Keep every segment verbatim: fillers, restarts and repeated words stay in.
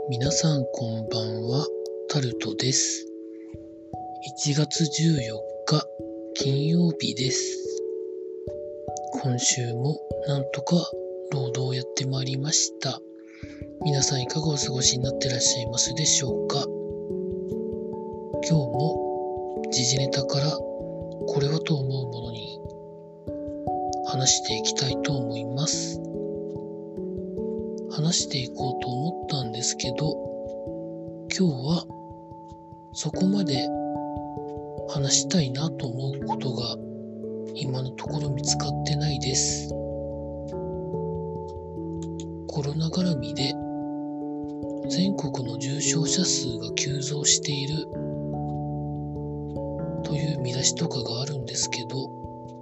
皆さんこんばんは、タルトです。いちがつじゅうよっか金曜日です。今週もなんとか労働をやってまいりました。皆さんいかがお過ごしになってらっしゃいますでしょうか。今日も時事ネタからこれはと思うものに話していきたいと思います。話していこうと思ったんですけど、今日はそこまで話したいなと思うことが今のところ見つかってないです。コロナ絡みで全国の重症者数が急増しているという見出しとかがあるんですけど、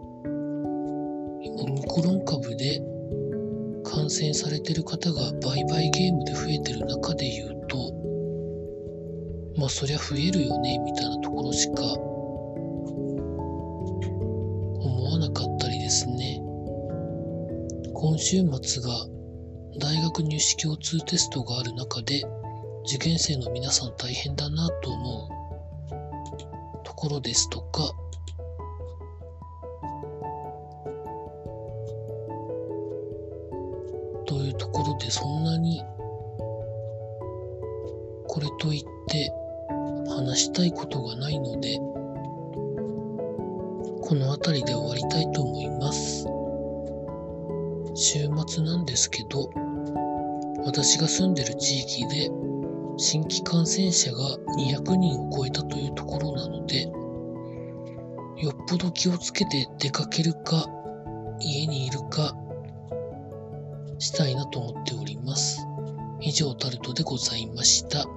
オミクロン株で感染されている方が売買ゲームで増えてる中で言うと、まあそりゃ増えるよねみたいなところしか思わなかったりですね。今週末が大学入試共通テストがある中で、受験生の皆さん大変だなと思うところですとか、というところでそんなにこれといって話したいことがないので、この辺りで終わりたいと思います。週末なんですけど、私が住んでる地域で新規感染者がにひゃくにんを超えたというところなので、よっぽど気をつけて出かけるか家にいるかしたいなと思っております。以上タルトでございました。